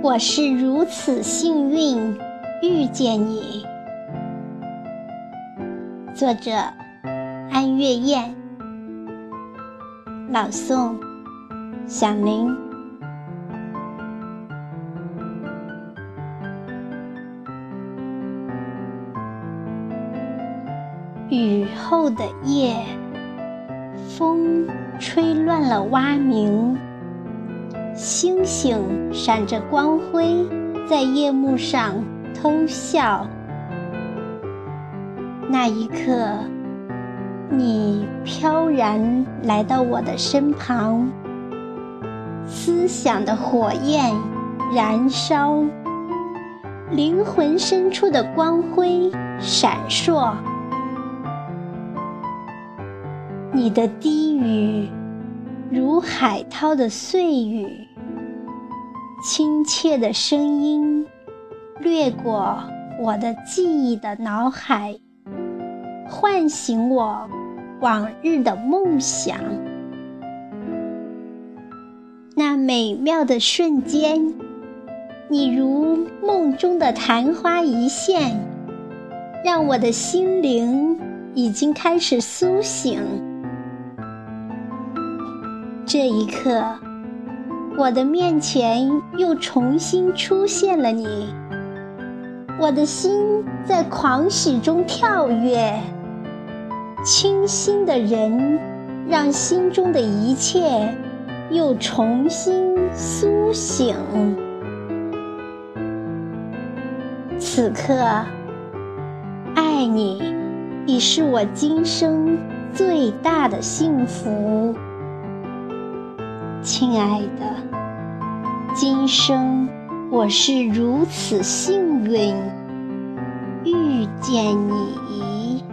我是如此幸运遇见你。作者安月燕，朗诵响铃。雨后的夜，风吹乱了蛙鸣，星星闪着光辉，在夜幕上偷笑。那一刻，你飘然来到我的身旁，思想的火焰燃烧，灵魂深处的光辉闪烁。你的低语如海涛的碎语，亲切的声音掠过我的记忆的脑海，唤醒我往日的梦想。那美妙的瞬间，你如梦中的昙花一现，让我的心灵已经开始苏醒。这一刻，我的面前又重新出现了你，我的心在狂喜中跳跃。清新的人让心中的一切又重新苏醒。此刻，爱你已是我今生最大的幸福。亲爱的，今生我是如此幸运遇见你。